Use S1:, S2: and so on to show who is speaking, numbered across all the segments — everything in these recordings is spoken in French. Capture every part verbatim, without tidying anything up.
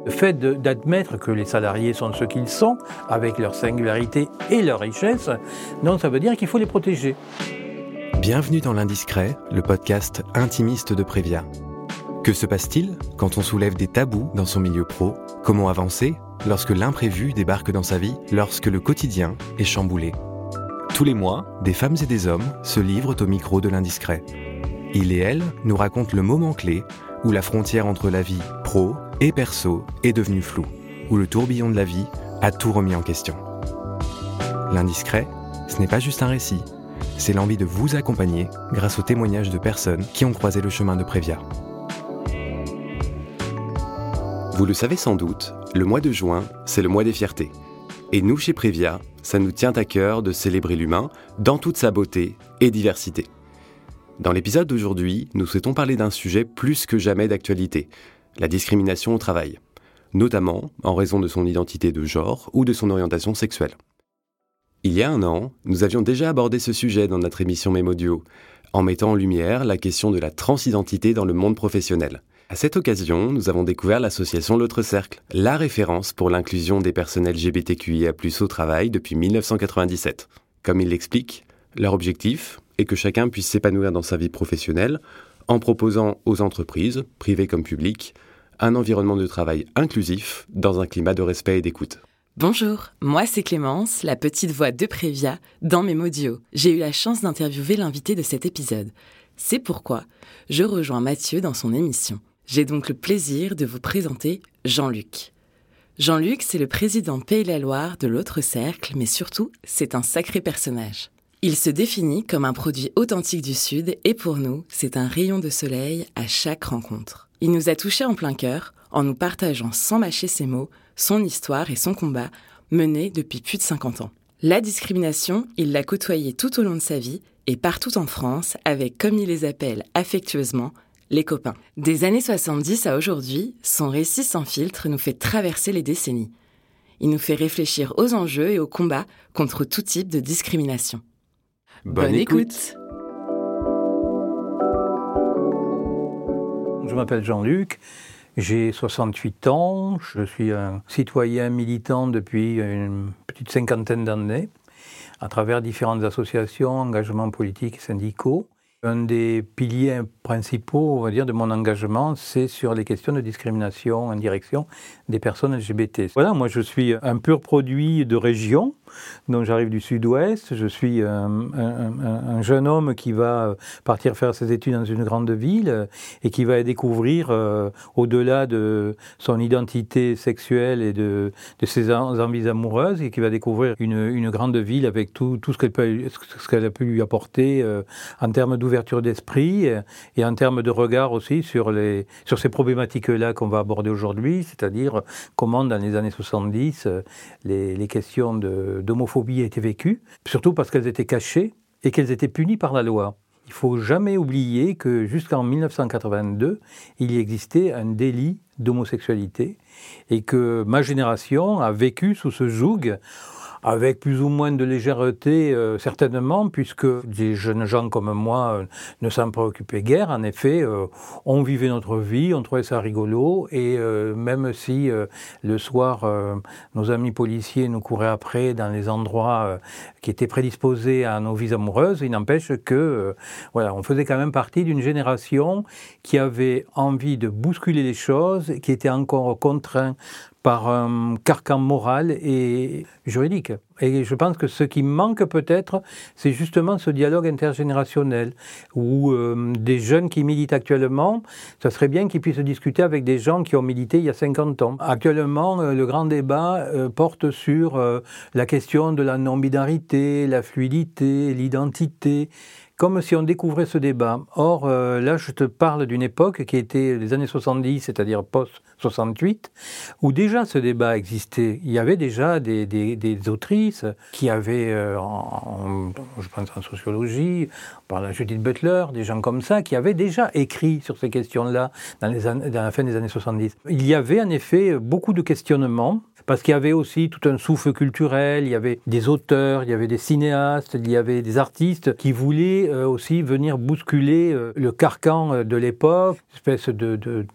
S1: Le fait de, d'admettre que les salariés sont ce qu'ils sont, avec leur singularité et leur richesse, donc ça veut dire qu'il faut les protéger.
S2: Bienvenue dans l'Indiscret, le podcast intimiste de Prévia. Que se passe-t-il quand on soulève des tabous dans son milieu pro ? Comment avancer lorsque l'imprévu débarque dans sa vie, lorsque le quotidien est chamboulé ? Tous les mois, des femmes et des hommes se livrent au micro de l'Indiscret. Ils et elles nous racontent le moment clé où la frontière entre la vie pro et perso est devenue floue, où le tourbillon de la vie a tout remis en question. L'Indiscret, ce n'est pas juste un récit, c'est l'envie de vous accompagner grâce aux témoignages de personnes qui ont croisé le chemin de Prévia. Vous le savez sans doute, le mois de juin, c'est le mois des fiertés. Et nous, chez Prévia, ça nous tient à cœur de célébrer l'humain dans toute sa beauté et diversité. Dans l'épisode d'aujourd'hui, nous souhaitons parler d'un sujet plus que jamais d'actualité, la discrimination au travail, notamment en raison de son identité de genre ou de son orientation sexuelle. Il y a un an, nous avions déjà abordé ce sujet dans notre émission Mémodio, en mettant en lumière la question de la transidentité dans le monde professionnel. À cette occasion, nous avons découvert l'association L'Autre Cercle, la référence pour l'inclusion des personnes L G B T Q I A plus, au travail depuis dix-neuf cent quatre-vingt-dix-sept. Comme ils l'expliquent, leur objectif est que chacun puisse s'épanouir dans sa vie professionnelle en proposant aux entreprises, privées comme publiques, un environnement de travail inclusif dans un climat de respect et d'écoute.
S3: Bonjour, moi c'est Clémence, la petite voix de Prévia dans Mémodio. J'ai eu la chance d'interviewer l'invité de cet épisode. C'est pourquoi je rejoins Mathieu dans son émission. J'ai donc le plaisir de vous présenter Jean-Luc. Jean-Luc, c'est le président Pays-la-Loire de l'Autre Cercle, mais surtout, c'est un sacré personnage. Il se définit comme un produit authentique du Sud et pour nous, c'est un rayon de soleil à chaque rencontre. Il nous a touchés en plein cœur en nous partageant sans mâcher ses mots, son histoire et son combat menés depuis plus de cinquante ans. La discrimination, il l'a côtoyée tout au long de sa vie et partout en France avec, comme il les appelle affectueusement, les copains. Des années soixante-dix à aujourd'hui, son récit sans filtre nous fait traverser les décennies. Il nous fait réfléchir aux enjeux et aux combats contre tout type de discrimination. Bonne, Bonne écoute. écoute
S1: Je m'appelle Jean-Luc, j'ai soixante-huit ans, je suis un citoyen militant depuis une petite cinquantaine d'années, à travers différentes associations, engagements politiques et syndicaux. Un des piliers principaux, on va dire, de mon engagement, c'est sur les questions de discrimination en direction des personnes L G B T. Voilà, moi je suis un pur produit de région, donc j'arrive du sud-ouest, je suis un, un, un jeune homme qui va partir faire ses études dans une grande ville et qui va découvrir, euh, au-delà de son identité sexuelle et de, de ses envies amoureuses, et qui va découvrir une, une grande ville avec tout, tout ce qu'elle peut, ce qu'elle a pu lui apporter euh, en termes d'ouverture d'esprit et en termes de regard aussi sur, les, sur ces problématiques-là qu'on va aborder aujourd'hui, c'est-à-dire comment dans les années soixante-dix, les, les questions de, d'homophobie étaient vécues, surtout parce qu'elles étaient cachées et qu'elles étaient punies par la loi. Il ne faut jamais oublier que jusqu'en dix-neuf cent quatre-vingt-deux, il y existait un délit d'homosexualité et que ma génération a vécu sous ce joug avec plus ou moins de légèreté, euh, certainement, puisque des jeunes gens comme moi euh, ne s'en préoccupaient guère. En effet, euh, on vivait notre vie, on trouvait ça rigolo, et euh, même si euh, le soir, euh, nos amis policiers nous couraient après dans les endroits euh, qui étaient prédisposés à nos vies amoureuses, il n'empêche que, euh, voilà, on faisait quand même partie d'une génération qui avait envie de bousculer les choses, qui était encore contraint par un carcan moral et juridique. Et je pense que ce qui manque peut-être, c'est justement ce dialogue intergénérationnel, où euh, des jeunes qui militent actuellement, ça serait bien qu'ils puissent discuter avec des gens qui ont milité il y a cinquante ans. Actuellement, euh, le grand débat euh, porte sur euh, la question de la non-binarité, la fluidité, l'identité, comme si on découvrait ce débat. Or, euh, là, je te parle d'une époque qui était les années soixante-dix, c'est-à-dire post-soixante-huit, où déjà ce débat existait. Il y avait déjà des, des, des autrices qui avaient, euh, en, en, je pense en sociologie, par la Judith Butler, des gens comme ça, qui avaient déjà écrit sur ces questions-là dans, les an- dans la fin des années soixante-dix. Il y avait en effet beaucoup de questionnements, parce qu'il y avait aussi tout un souffle culturel, il y avait des auteurs, il y avait des cinéastes, il y avait des artistes qui voulaient euh, aussi venir bousculer euh, le carcan de l'époque, une espèce de, de,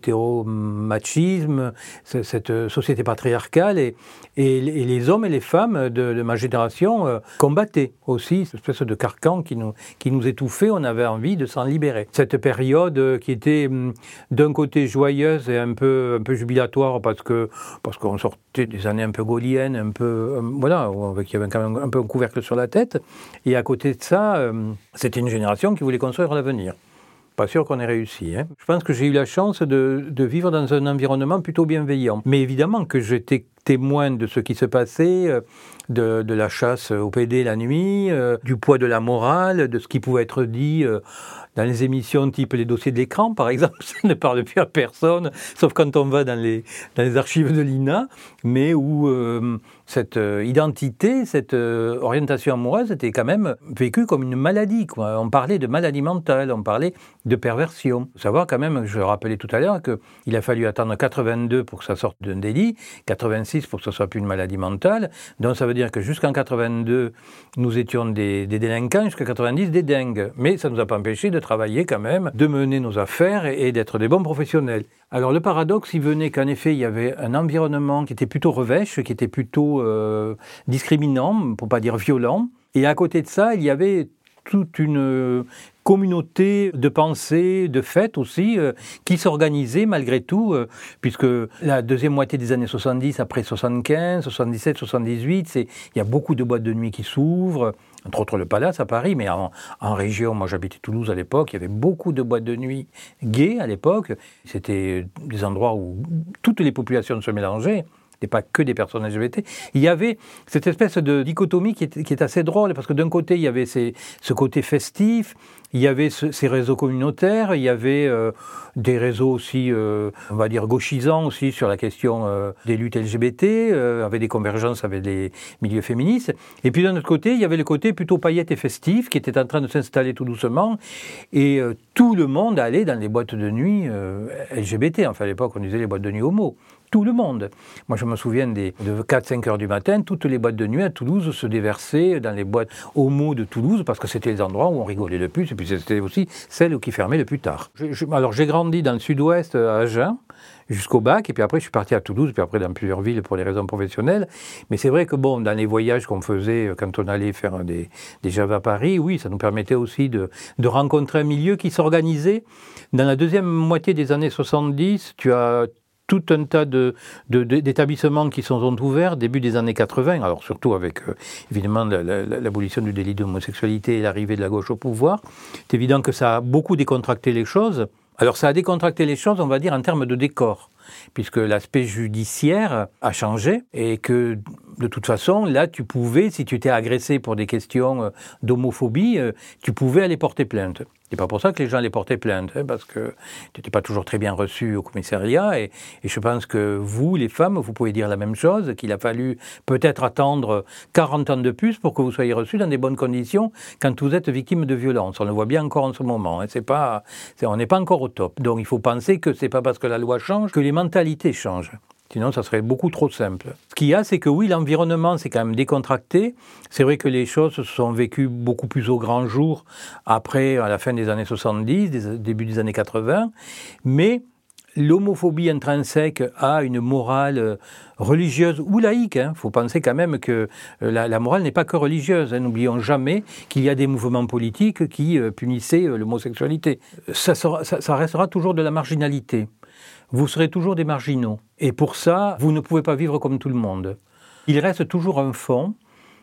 S1: d'hétéro-machisme, cette société patriarcale, et, et, et les hommes et les femmes de, de ma génération euh, combattaient aussi cette espèce de carcan qui nous, qui nous étouffait, on avait envie de s'en libérer. Cette période qui était d'un côté joyeuse et un peu, un peu jubilatoire parce que parce qu'on sortait des années un peu gaulliennes, un peu euh, voilà, qui avait quand même un peu un couvercle sur la tête, et à côté de ça, euh, c'était une génération qui voulait construire l'avenir. Pas sûr qu'on ait réussi. Hein. Je pense que j'ai eu la chance de, de vivre dans un environnement plutôt bienveillant. Mais évidemment que j'étais témoin de ce qui se passait, de, de la chasse au pédé la nuit, euh, du poids de la morale, de ce qui pouvait être dit euh, dans les émissions type les dossiers de l'écran, par exemple. Ça ne parle plus à personne, sauf quand on va dans les, dans les archives de l'I N A, mais où euh, cette euh, identité, cette euh, orientation amoureuse était quand même vécue comme une maladie, quoi. On parlait de maladie mentale, on parlait de perversion. Il faut savoir quand même, je rappelais tout à l'heure, qu'il a fallu attendre quatre-vingt-deux pour que ça sorte d'un délit, quatre-vingt-six pour que ce soit plus une maladie mentale. Donc ça veut dire que jusqu'en quatre-vingt-deux, nous étions des, des délinquants, jusqu'en quatre-vingt-dix, des dingues. Mais ça ne nous a pas empêché de travailler quand même, de mener nos affaires et, et d'être des bons professionnels. Alors le paradoxe, il venait qu'en effet, il y avait un environnement qui était plutôt revêche, qui était plutôt euh, discriminant, pour pas dire violent. Et à côté de ça, il y avait toute une communauté de pensée, de fêtes aussi, euh, qui s'organisait malgré tout, euh, puisque la deuxième moitié des années soixante-dix, après soixante-quinze, soixante-dix-sept, soixante-dix-huit, c'est, il y a beaucoup de boîtes de nuit qui s'ouvrent, entre autres le Palace à Paris, mais en, en région, moi j'habitais Toulouse à l'époque, il y avait beaucoup de boîtes de nuit gays à l'époque, c'était des endroits où toutes les populations se mélangeaient. Et pas que des personnes L G B T. Il y avait cette espèce de dichotomie qui est, qui est assez drôle, parce que d'un côté, il y avait ces, ce côté festif, il y avait ce, ces réseaux communautaires, il y avait euh, des réseaux aussi, euh, on va dire, gauchisants aussi sur la question euh, des luttes L G B T, euh, avec des convergences avec les milieux féministes. Et puis d'un autre côté, il y avait le côté plutôt paillette et festif, qui était en train de s'installer tout doucement, et euh, tout le monde allait dans les boîtes de nuit euh, L G B T. Enfin, à l'époque, on disait les boîtes de nuit homo. Tout le monde. Moi, je me souviens des, de quatre à cinq heures du matin, toutes les boîtes de nuit à Toulouse se déversaient dans les boîtes homo de Toulouse, parce que c'était les endroits où on rigolait le plus, et puis c'était aussi celles qui fermaient le plus tard. Je, je, alors, j'ai grandi dans le sud-ouest, à Agen, jusqu'au bac, et puis après, je suis parti à Toulouse, puis après dans plusieurs villes pour des raisons professionnelles. Mais c'est vrai que, bon, dans les voyages qu'on faisait, quand on allait faire des, des Java à Paris, oui, ça nous permettait aussi de, de rencontrer un milieu qui s'organisait. Dans la deuxième moitié des années soixante-dix, tu as tout un tas de, de, de, d'établissements qui sont ouverts début des années quatre-vingts, alors surtout avec euh, évidemment la, la, l'abolition du délit d'homosexualité et l'arrivée de la gauche au pouvoir. C'est évident que ça a beaucoup décontracté les choses. Alors ça a décontracté les choses, on va dire, en termes de décor, puisque l'aspect judiciaire a changé et que de toute façon, là, tu pouvais, si tu étais agressé pour des questions d'homophobie, tu pouvais aller porter plainte. C'est pas pour ça que les gens allaient porter plainte, hein, parce que tu n'étais pas toujours très bien reçu au commissariat, et, et je pense que vous, les femmes, vous pouvez dire la même chose, qu'il a fallu peut-être attendre quarante ans de plus pour que vous soyez reçus dans des bonnes conditions quand vous êtes victime de violence. On le voit bien encore en ce moment, hein, c'est pas, c'est, on n'est pas encore au top. Donc il faut penser que c'est pas parce que la loi change que les mentalités changent. Sinon, ça serait beaucoup trop simple. Ce qu'il y a, c'est que oui, l'environnement s'est quand même décontracté. C'est vrai que les choses se sont vécues beaucoup plus au grand jour après, à la fin des années soixante-dix, des, début des années quatre-vingts. Mais l'homophobie intrinsèque a une morale religieuse ou laïque. Il hein. faut penser quand même que la, la morale n'est pas que religieuse. Hein. N'oublions jamais qu'il y a des mouvements politiques qui euh, punissaient euh, l'homosexualité. Ça, sera, ça, ça restera toujours de la marginalité. Vous serez toujours des marginaux. Et pour ça, vous ne pouvez pas vivre comme tout le monde. Il reste toujours un fond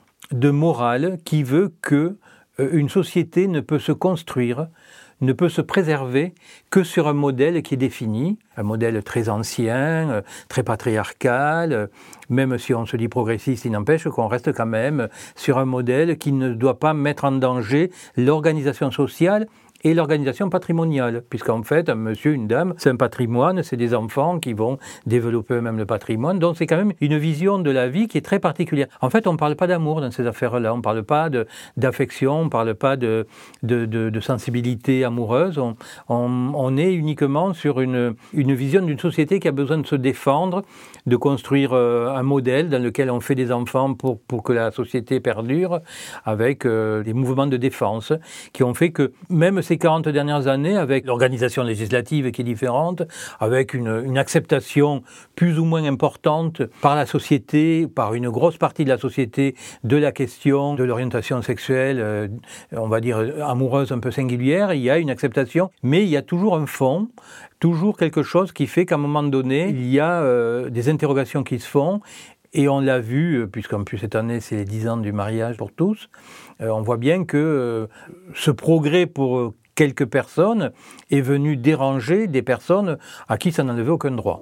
S1: de morale qui veut que euh, une société ne peut se construire, ne peut se préserver que sur un modèle qui est défini, un modèle très ancien, euh, très patriarcal, euh, même si on se dit progressiste, il n'empêche qu'on reste quand même sur un modèle qui ne doit pas mettre en danger l'organisation sociale et l'organisation patrimoniale, puisqu'en fait, un monsieur, une dame, c'est un patrimoine, c'est des enfants qui vont développer eux-mêmes le patrimoine, donc c'est quand même une vision de la vie qui est très particulière. En fait, on ne parle pas d'amour dans ces affaires-là, on ne parle pas de, d'affection, on ne parle pas de, de, de, de sensibilité amoureuse, on, on, on est uniquement sur une, une vision d'une société qui a besoin de se défendre, de construire euh, un modèle dans lequel on fait des enfants pour, pour que la société perdure, avec euh, des mouvements de défense qui ont fait que même ces quarante dernières années, avec l'organisation législative qui est différente, avec une, une acceptation plus ou moins importante par la société, par une grosse partie de la société, de la question de l'orientation sexuelle, euh, on va dire amoureuse un peu singulière, il y a une acceptation, mais il y a toujours un fond, toujours quelque chose qui fait qu'à un moment donné, il y a euh, des interrogations qui se font. Et on l'a vu, puisqu'en plus cette année c'est les dix ans du mariage pour tous, euh, on voit bien que euh, ce progrès pour quelques personnes est venu déranger des personnes à qui ça n'enlevait aucun droit.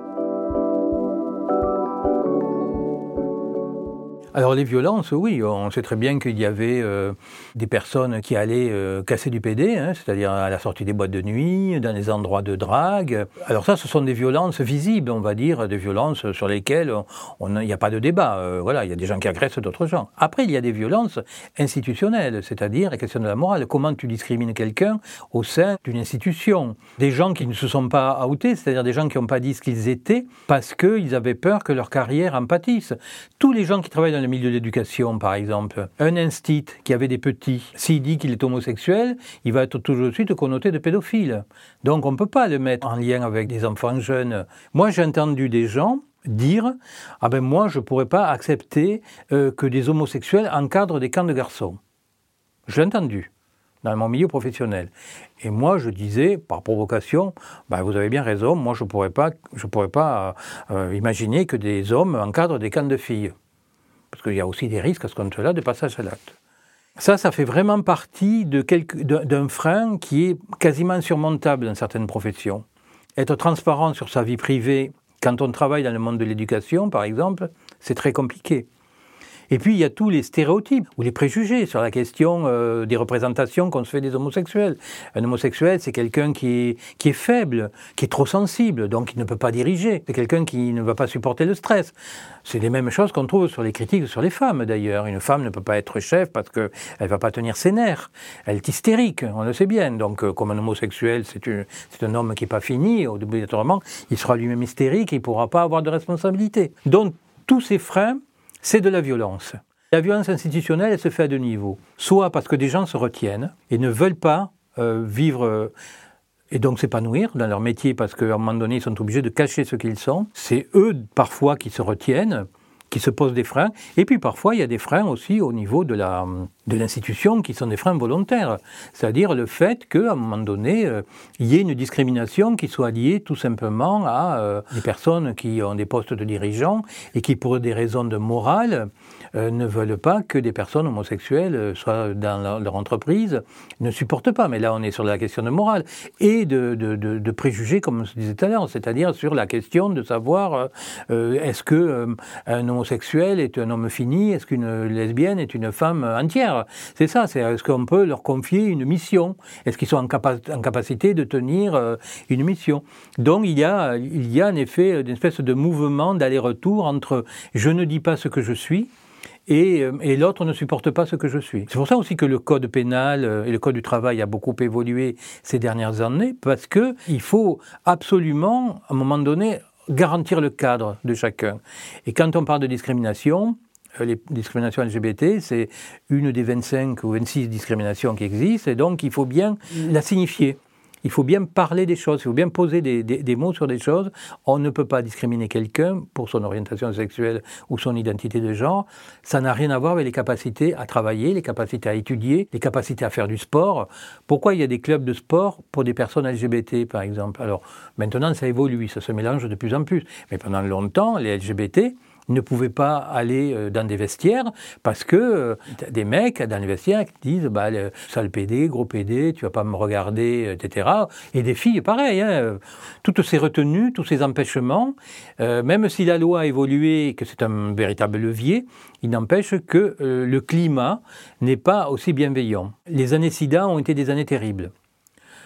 S1: Alors les violences, oui, on sait très bien qu'il y avait euh, des personnes qui allaient euh, casser du pédé, hein, c'est-à-dire à la sortie des boîtes de nuit, dans les endroits de drague. Alors ça, ce sont des violences visibles, on va dire, des violences sur lesquelles il n'y a pas de débat. Euh, voilà, il y a des gens qui agressent d'autres gens. Après, il y a des violences institutionnelles, c'est-à-dire la question de la morale. Comment tu discrimines quelqu'un au sein d'une institution? Des gens qui ne se sont pas outés, c'est-à-dire des gens qui n'ont pas dit ce qu'ils étaient parce qu'ils avaient peur que leur carrière en pâtisse. Tous les gens qui travaillent dans le milieu de l'éducation, par exemple, un instit qui avait des petits, s'il dit qu'il est homosexuel, il va être tout de suite connoté de pédophile. Donc on ne peut pas le mettre en lien avec des enfants jeunes. Moi, j'ai entendu des gens dire « Ah ben moi, je ne pourrais pas accepter euh, que des homosexuels encadrent des camps de garçons. » Je l'ai entendu dans mon milieu professionnel. Et moi, je disais, par provocation, ben, vous avez bien raison, moi, je ne pourrais pas, je pourrais pas euh, imaginer que des hommes encadrent des camps de filles. Parce qu'il y a aussi des risques à ce compte-là de passage à l'acte. Ça, ça fait vraiment partie de quelque, d'un frein qui est quasiment insurmontable dans certaines professions. Être transparent sur sa vie privée, quand on travaille dans le monde de l'éducation, par exemple, c'est très compliqué. Et puis, il y a tous les stéréotypes ou les préjugés sur la question euh, des représentations qu'on se fait des homosexuels. Un homosexuel, c'est quelqu'un qui est, qui est faible, qui est trop sensible, donc qui ne peut pas diriger. C'est quelqu'un qui ne va pas supporter le stress. C'est les mêmes choses qu'on trouve sur les critiques sur les femmes, d'ailleurs. Une femme ne peut pas être chef parce qu'elle ne va pas tenir ses nerfs. Elle est hystérique, on le sait bien. Donc, euh, comme un homosexuel, c'est, une, c'est un homme qui n'est pas fini, obligatoirement, il sera lui-même hystérique et il ne pourra pas avoir de responsabilité. Donc, tous ces freins, c'est de la violence. La violence institutionnelle, elle se fait à deux niveaux. Soit parce que des gens se retiennent et ne veulent pas euh, vivre euh, et donc s'épanouir dans leur métier parce qu'à un moment donné, ils sont obligés de cacher ce qu'ils sont. C'est eux, parfois, qui se retiennent, qui se posent des freins. Et puis parfois, il y a des freins aussi au niveau de, la, de l'institution qui sont des freins volontaires. C'est-à-dire le fait qu'à un moment donné, euh, il y ait une discrimination qui soit liée tout simplement à euh, des personnes qui ont des postes de dirigeants et qui, pour des raisons de morale, euh, ne veulent pas que des personnes homosexuelles soient dans leur, leur entreprise, ne supportent pas. Mais là, on est sur la question de morale et de, de, de, de préjugés, comme je disais tout à l'heure, c'est-à-dire sur la question de savoir euh, est-ce que euh, un homosexuel est un homme fini, est-ce qu'une lesbienne est une femme entière? C'est ça, c'est est-ce qu'on peut leur confier une mission? Est-ce qu'ils sont en, capa- en capacité de tenir euh, une mission? Donc il y a, il y a en effet une espèce de mouvement d'aller-retour entre je ne dis pas ce que je suis, Et, et l'autre ne supporte pas ce que je suis. C'est pour ça aussi que le code pénal et le code du travail a beaucoup évolué ces dernières années, parce qu'il faut absolument, à un moment donné, garantir le cadre de chacun. Et quand on parle de discrimination, les discriminations L G B T, c'est une des vingt-cinq ou vingt-six discriminations qui existent, et donc il faut bien la signifier. Il faut bien parler des choses, il faut bien poser des, des, des mots sur des choses. On ne peut pas discriminer quelqu'un pour son orientation sexuelle ou son identité de genre. Ça n'a rien à voir avec les capacités à travailler, les capacités à étudier, les capacités à faire du sport. Pourquoi il y a des clubs de sport pour des personnes L G B T, par exemple? Alors, maintenant, ça évolue, ça se mélange de plus en plus. Mais pendant longtemps, les L G B T ne pouvaient pas aller dans des vestiaires parce que euh, des mecs dans les vestiaires qui disent bah, le sale pédé, gros pédé, tu vas pas me regarder, et cetera. Et des filles, pareil. Hein, toutes ces retenues, tous ces empêchements, euh, même si la loi a évolué et que c'est un véritable levier, il n'empêche que euh, le climat n'est pas aussi bienveillant. Les années SIDA ont été des années terribles.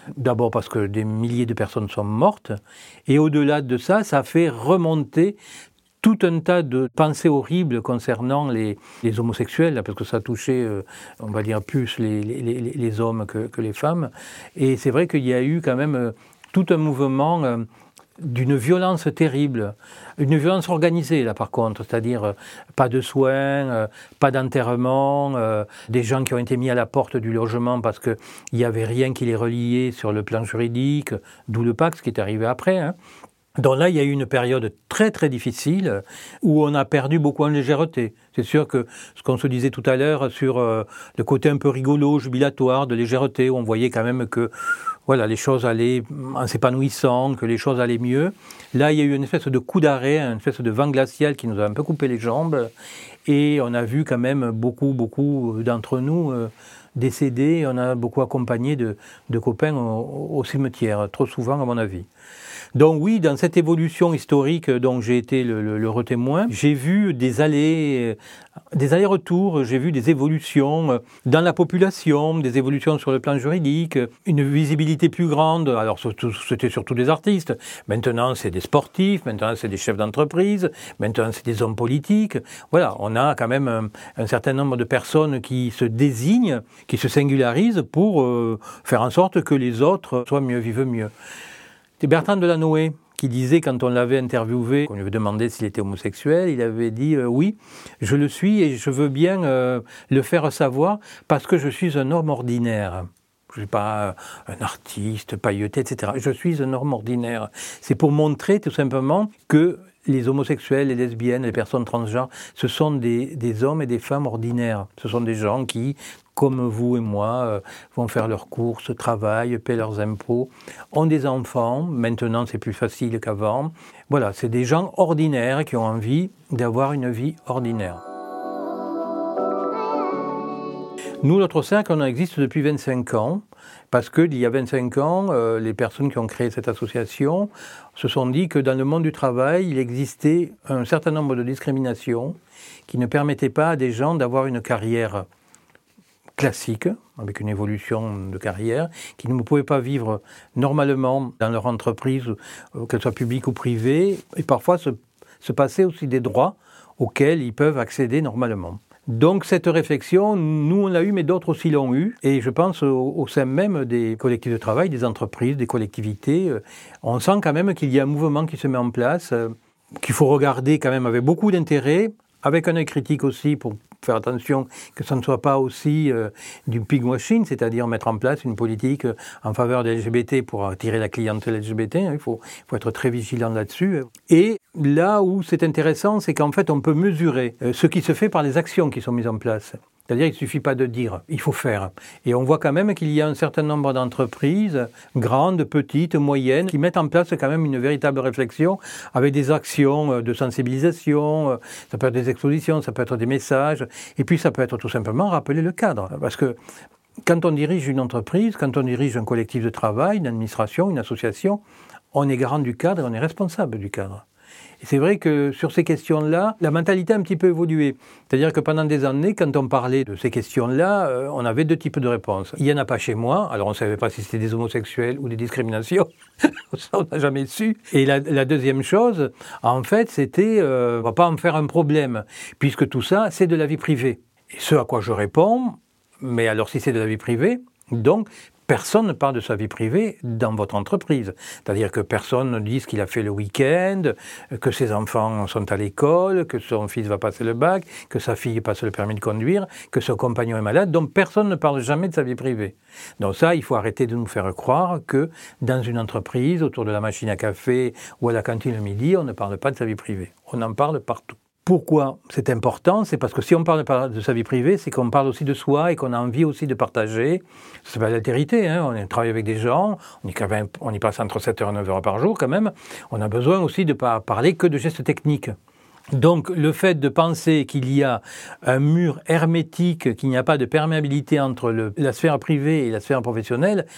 S1: D'abord parce que des milliers de personnes sont mortes, et au-delà de ça, ça fait remonter tout un tas de pensées horribles concernant les, les homosexuels, parce que ça touchait, euh, on va dire, plus les, les, les, les hommes que, que les femmes. Et c'est vrai qu'il y a eu quand même euh, tout un mouvement euh, d'une violence terrible, une violence organisée là par contre, c'est-à-dire euh, pas de soins, euh, pas d'enterrement, euh, des gens qui ont été mis à la porte du logement parce qu'il n'y avait rien qui les reliait sur le plan juridique, d'où le Pax qui est arrivé après, hein. Donc là, il y a eu une période très très difficile où on a perdu beaucoup en légèreté. C'est sûr que ce qu'on se disait tout à l'heure sur euh, le côté un peu rigolo, jubilatoire, de légèreté, où on voyait quand même que voilà, les choses allaient en s'épanouissant, que les choses allaient mieux. Là, il y a eu une espèce de coup d'arrêt, une espèce de vent glacial qui nous a un peu coupé les jambes. Et on a vu quand même beaucoup, beaucoup d'entre nous euh, décédés. On a beaucoup accompagné de, de copains au, au cimetière, trop souvent à mon avis. Donc oui, dans cette évolution historique dont j'ai été le, le, le retémoin, j'ai vu des allers, des allers-retours, j'ai vu des évolutions dans la population, des évolutions sur le plan juridique, une visibilité plus grande. Alors c'était surtout des artistes, maintenant c'est des sportifs, maintenant c'est des chefs d'entreprise, maintenant c'est des hommes politiques. Voilà, on a quand même un, un certain nombre de personnes qui se désignent, qui se singularisent pour euh, faire en sorte que les autres soient mieux, vivent mieux. C'est Bertrand Delanoë qui disait, quand on l'avait interviewé, qu'on lui avait demandé s'il était homosexuel, il avait dit euh, « oui, je le suis et je veux bien euh, le faire savoir parce que je suis un homme ordinaire. Je ne suis pas un artiste pailleté, et cetera. Je suis un homme ordinaire. » C'est pour montrer tout simplement que les homosexuels, les lesbiennes, les personnes transgenres, ce sont des, des hommes et des femmes ordinaires. Ce sont des gens qui, comme vous et moi, euh, vont faire leurs courses, travaillent, paient leurs impôts, ont des enfants. Maintenant, c'est plus facile qu'avant. Voilà, c'est des gens ordinaires qui ont envie d'avoir une vie ordinaire. Nous, notre cercle, on existe depuis vingt-cinq ans, parce qu'il y a vingt-cinq ans, euh, les personnes qui ont créé cette association se sont dit que dans le monde du travail, il existait un certain nombre de discriminations qui ne permettaient pas à des gens d'avoir une carrière classique, avec une évolution de carrière, qui ne pouvaient pas vivre normalement dans leur entreprise, qu'elle soit publique ou privée, et parfois se, se passer aussi des droits auxquels ils peuvent accéder normalement. Donc cette réflexion, nous on l'a eue, mais d'autres aussi l'ont eue, et je pense au, au sein même des collectifs de travail, des entreprises, des collectivités, on sent quand même qu'il y a un mouvement qui se met en place, qu'il faut regarder quand même avec beaucoup d'intérêt, avec un œil critique aussi pour faire attention que ça ne soit pas aussi euh, du pigwashing, c'est-à-dire mettre en place une politique en faveur des L G B T pour attirer la clientèle L G B T, hein, il faut, il faut être très vigilant là-dessus. Et là où c'est intéressant, c'est qu'en fait on peut mesurer euh, ce qui se fait par les actions qui sont mises en place. C'est-à-dire qu'il ne suffit pas de dire, il faut faire. Et on voit quand même qu'il y a un certain nombre d'entreprises, grandes, petites, moyennes, qui mettent en place quand même une véritable réflexion avec des actions de sensibilisation, ça peut être des expositions, ça peut être des messages, et puis ça peut être tout simplement rappeler le cadre. Parce que quand on dirige une entreprise, quand on dirige un collectif de travail, une administration, une association, on est garant du cadre et on est responsable du cadre. Et c'est vrai que sur ces questions-là, la mentalité a un petit peu évolué. C'est-à-dire que pendant des années, quand on parlait de ces questions-là, euh, on avait deux types de réponses. Il n'y en a pas chez moi, alors on ne savait pas si c'était des homosexuels ou des discriminations, ça on n'a jamais su. Et la, la deuxième chose, en fait, c'était, euh, on ne va pas en faire un problème, puisque tout ça, c'est de la vie privée. Et ce à quoi je réponds, mais alors si c'est de la vie privée, donc personne ne parle de sa vie privée dans votre entreprise. C'est-à-dire que personne ne dit ce qu'il a fait le week-end, que ses enfants sont à l'école, que son fils va passer le bac, que sa fille passe le permis de conduire, que son compagnon est malade. Donc personne ne parle jamais de sa vie privée. Donc ça, il faut arrêter de nous faire croire que dans une entreprise, autour de la machine à café ou à la cantine le midi, on ne parle pas de sa vie privée. On en parle partout. Pourquoi c'est important? C'est parce que si on parle de sa vie privée, c'est qu'on parle aussi de soi et qu'on a envie aussi de partager. C'est pas l'altérité, hein. On travaille avec des gens, on y, on y passe entre sept heures et neuf heures par jour quand même. On a besoin aussi de ne pas parler que de gestes techniques. Donc le fait de penser qu'il y a un mur hermétique, qu'il n'y a pas de perméabilité entre le, la sphère privée et la sphère professionnelle,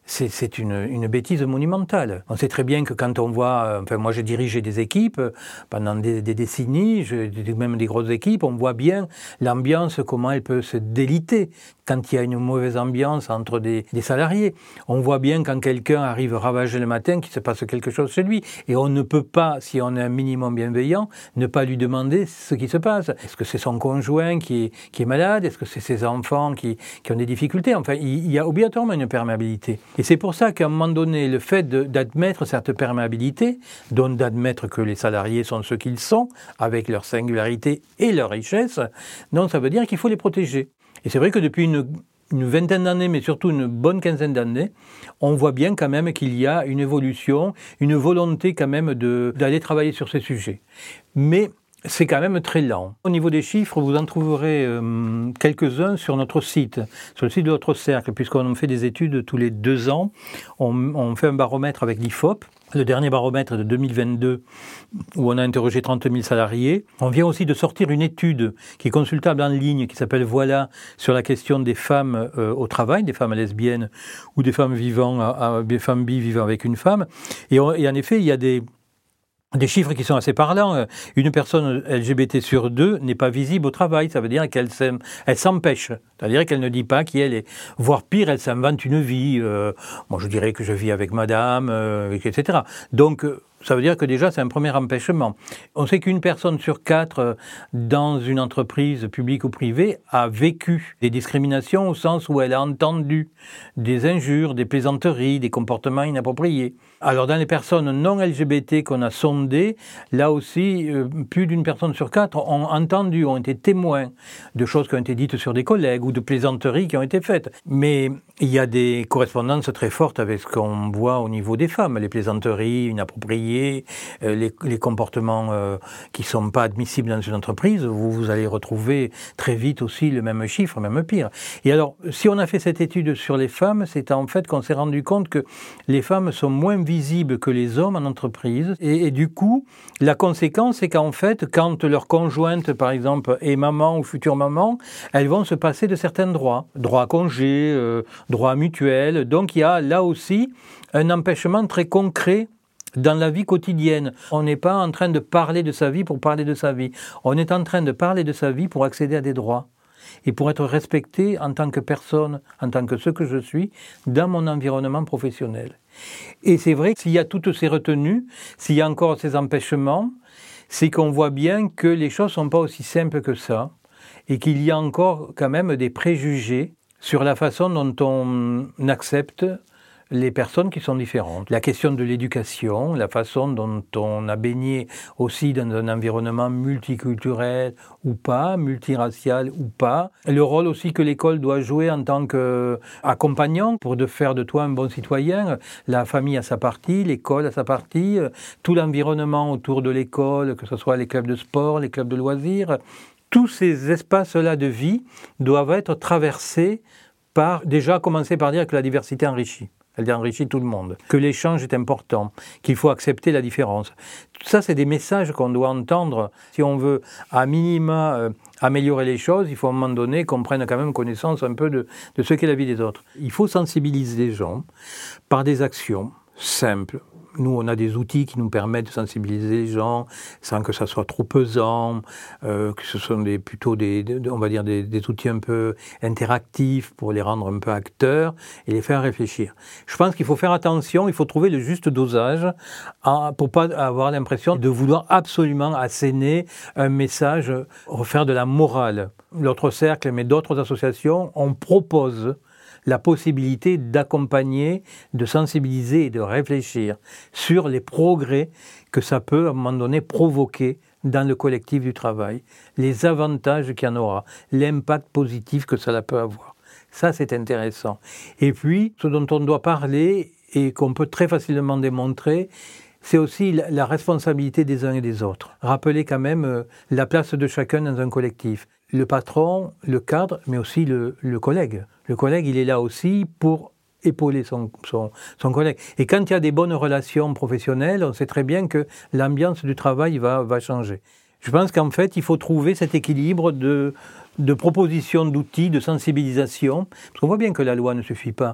S1: c'est, c'est une, une bêtise monumentale. On sait très bien que quand on voit, enfin moi j'ai dirigé des équipes pendant des, des décennies, je, même des grosses équipes, on voit bien l'ambiance, comment elle peut se déliter quand il y a une mauvaise ambiance entre des, des salariés. On voit bien quand quelqu'un arrive ravagé le matin qu'il se passe quelque chose chez lui. Et on ne peut pas, si on est un minimum bienveillant, ne pas lui demander ce qui se passe. Est-ce que c'est son conjoint qui est, qui est malade? Est-ce que c'est ses enfants qui, qui ont des difficultés? Enfin, il, il y a obligatoirement une perméabilité. Et c'est pour ça qu'à un moment donné, le fait de, d'admettre cette perméabilité, donc d'admettre que les salariés sont ce qu'ils sont, avec leur singularité et leur richesse, donc ça veut dire qu'il faut les protéger. Et c'est vrai que depuis une, une vingtaine d'années, mais surtout une bonne quinzaine d'années, on voit bien quand même qu'il y a une évolution, une volonté quand même de, d'aller travailler sur ces sujets. Mais c'est quand même très lent. Au niveau des chiffres, vous en trouverez euh, quelques-uns sur notre site, sur le site de notre cercle, puisqu'on fait des études tous les deux ans. On, on fait un baromètre avec l'I F O P. Le dernier baromètre de deux mille vingt-deux, où on a interrogé trente mille salariés. On vient aussi de sortir une étude qui est consultable en ligne, qui s'appelle Voilà, sur la question des femmes euh, au travail, des femmes lesbiennes ou des femmes vivant, euh, des femmes bi vivant avec une femme. Et, on, et en effet, il y a des... Des chiffres qui sont assez parlants. Une personne L G B T sur deux n'est pas visible au travail. Ça veut dire qu'elle elle s'empêche. C'est-à-dire qu'elle ne dit pas qui elle est. Voire pire, elle s'invente une vie. Euh, moi, je dirais que je vis avec madame, euh, et cetera. Donc, ça veut dire que déjà, c'est un premier empêchement. On sait qu'une personne sur quatre dans une entreprise publique ou privée a vécu des discriminations au sens où elle a entendu des injures, des plaisanteries, des comportements inappropriés. Alors, dans les personnes non L G B T qu'on a sondées, là aussi, euh, plus d'une personne sur quatre ont entendu, ont été témoins de choses qui ont été dites sur des collègues ou de plaisanteries qui ont été faites. Mais il y a des correspondances très fortes avec ce qu'on voit au niveau des femmes, les plaisanteries inappropriées, euh, les, les comportements euh, qui ne sont pas admissibles dans une entreprise. Vous, vous allez retrouver très vite aussi le même chiffre, même pire. Et alors, si on a fait cette étude sur les femmes, c'est en fait qu'on s'est rendu compte que les femmes sont moins visibles que les hommes en entreprise. Et, et du coup, la conséquence, c'est qu'en fait, quand leur conjointe, par exemple, est maman ou future maman, elles vont se passer de certains droits. Droits à congé, euh, droits mutuels. Donc, il y a là aussi un empêchement très concret dans la vie quotidienne. On n'est pas en train de parler de sa vie pour parler de sa vie. On est en train de parler de sa vie pour accéder à des droits et pour être respecté en tant que personne, en tant que ce que je suis, dans mon environnement professionnel. Et c'est vrai que s'il y a toutes ces retenues, s'il y a encore ces empêchements, c'est qu'on voit bien que les choses ne sont pas aussi simples que ça et qu'il y a encore quand même des préjugés sur la façon dont on accepte les personnes qui sont différentes. La question de l'éducation, la façon dont on a baigné aussi dans un environnement multiculturel ou pas, multiracial ou pas. Le rôle aussi que l'école doit jouer en tant qu'accompagnant pour de faire de toi un bon citoyen. La famille a sa partie, l'école a sa partie, tout l'environnement autour de l'école, que ce soit les clubs de sport, les clubs de loisirs. Tous ces espaces-là de vie doivent être traversés par, déjà commencer par dire que la diversité enrichit. Elle enrichit tout le monde, que l'échange est important, qu'il faut accepter la différence. Tout ça, c'est des messages qu'on doit entendre. Si on veut, à minima, euh, améliorer les choses, il faut à un moment donné qu'on prenne quand même connaissance un peu de, de ce qu'est la vie des autres. Il faut sensibiliser les gens par des actions simples. Nous, on a des outils qui nous permettent de sensibiliser les gens sans que ça soit trop pesant, euh, que ce sont des, plutôt des, des, on va dire des, des outils un peu interactifs pour les rendre un peu acteurs et les faire réfléchir. Je pense qu'il faut faire attention, il faut trouver le juste dosage à, pour pas avoir l'impression de vouloir absolument asséner un message, refaire de la morale. Notre cercle, mais d'autres associations, on propose la possibilité d'accompagner, de sensibiliser et de réfléchir sur les progrès que ça peut, à un moment donné, provoquer dans le collectif du travail, les avantages qu'il y en aura, l'impact positif que cela peut avoir. Ça, c'est intéressant. Et puis, ce dont on doit parler et qu'on peut très facilement démontrer, c'est aussi la responsabilité des uns et des autres. Rappeler quand même la place de chacun dans un collectif. Le patron, le cadre, mais aussi le, le collègue. Le collègue, il est là aussi pour épauler son, son, son collègue. Et quand il y a des bonnes relations professionnelles, on sait très bien que l'ambiance du travail va, va changer. Je pense qu'en fait, il faut trouver cet équilibre de, de propositions d'outils, de sensibilisation. Parce qu'on voit bien que la loi ne suffit pas.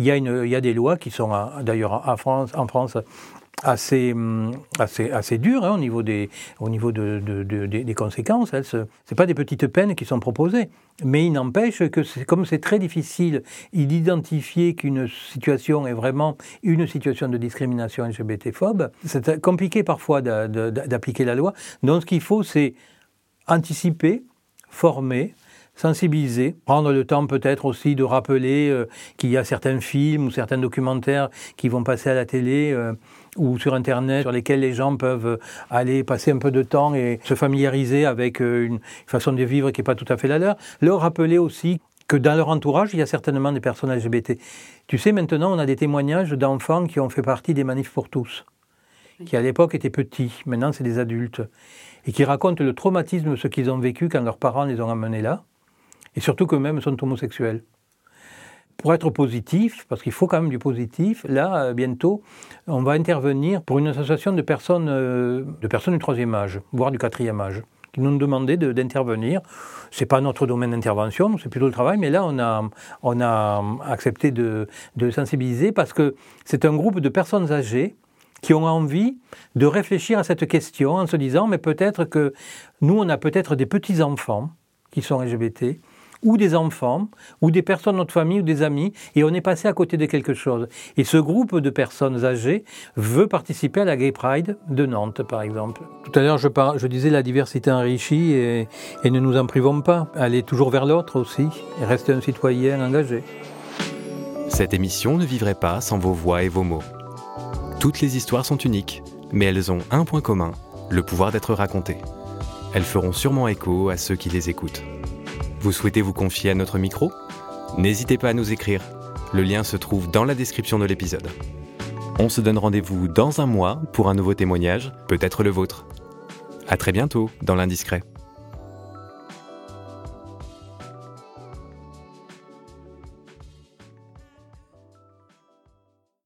S1: il y a, une, il y a des lois qui sont, d'ailleurs en France, en France assez, assez, assez dures hein, au niveau des, au niveau de, de, de, de, des conséquences. Hein. Ce ne sont pas des petites peines qui sont proposées. Mais il n'empêche que c'est, comme c'est très difficile d'identifier qu'une situation est vraiment une situation de discrimination L G B T-phobe, c'est compliqué parfois de, de, d'appliquer la loi. Donc ce qu'il faut, c'est anticiper, former, sensibiliser, prendre le temps peut-être aussi de rappeler euh, qu'il y a certains films ou certains documentaires qui vont passer à la télé euh, ou sur Internet, sur lesquels les gens peuvent aller passer un peu de temps et se familiariser avec euh, une façon de vivre qui n'est pas tout à fait la leur. Leur rappeler aussi que dans leur entourage, il y a certainement des personnes L G B T. Tu sais, maintenant, on a des témoignages d'enfants qui ont fait partie des manifs pour tous, qui à l'époque étaient petits, maintenant c'est des adultes, et qui racontent le traumatisme de ce qu'ils ont vécu quand leurs parents les ont amenés là. Et surtout qu'eux-mêmes sont homosexuels. Pour être positif, parce qu'il faut quand même du positif, là, euh, bientôt, on va intervenir pour une association de personnes, euh, de personnes du troisième âge, voire du quatrième âge, qui nous demandaient de, d'intervenir. Ce n'est pas notre domaine d'intervention, c'est plutôt le travail, mais là, on a, on a accepté de, de sensibiliser parce que c'est un groupe de personnes âgées qui ont envie de réfléchir à cette question en se disant, mais peut-être que nous, on a peut-être des petits-enfants qui sont L G B T, ou des enfants, ou des personnes de notre famille, ou des amis, et on est passé à côté de quelque chose. Et ce groupe de personnes âgées veut participer à la Gay Pride de Nantes, par exemple. Tout à l'heure, je, par... je disais la diversité enrichie, et... et ne nous en privons pas. Aller toujours vers l'autre aussi, et rester un citoyen engagé.
S2: Cette émission ne vivrait pas sans vos voix et vos mots. Toutes les histoires sont uniques, mais elles ont un point commun, le pouvoir d'être racontées. Elles feront sûrement écho à ceux qui les écoutent. Vous souhaitez vous confier à notre micro ? N'hésitez pas à nous écrire. Le lien se trouve dans la description de l'épisode. On se donne rendez-vous dans un mois pour un nouveau témoignage, peut-être le vôtre. À très bientôt dans l'Indiscret.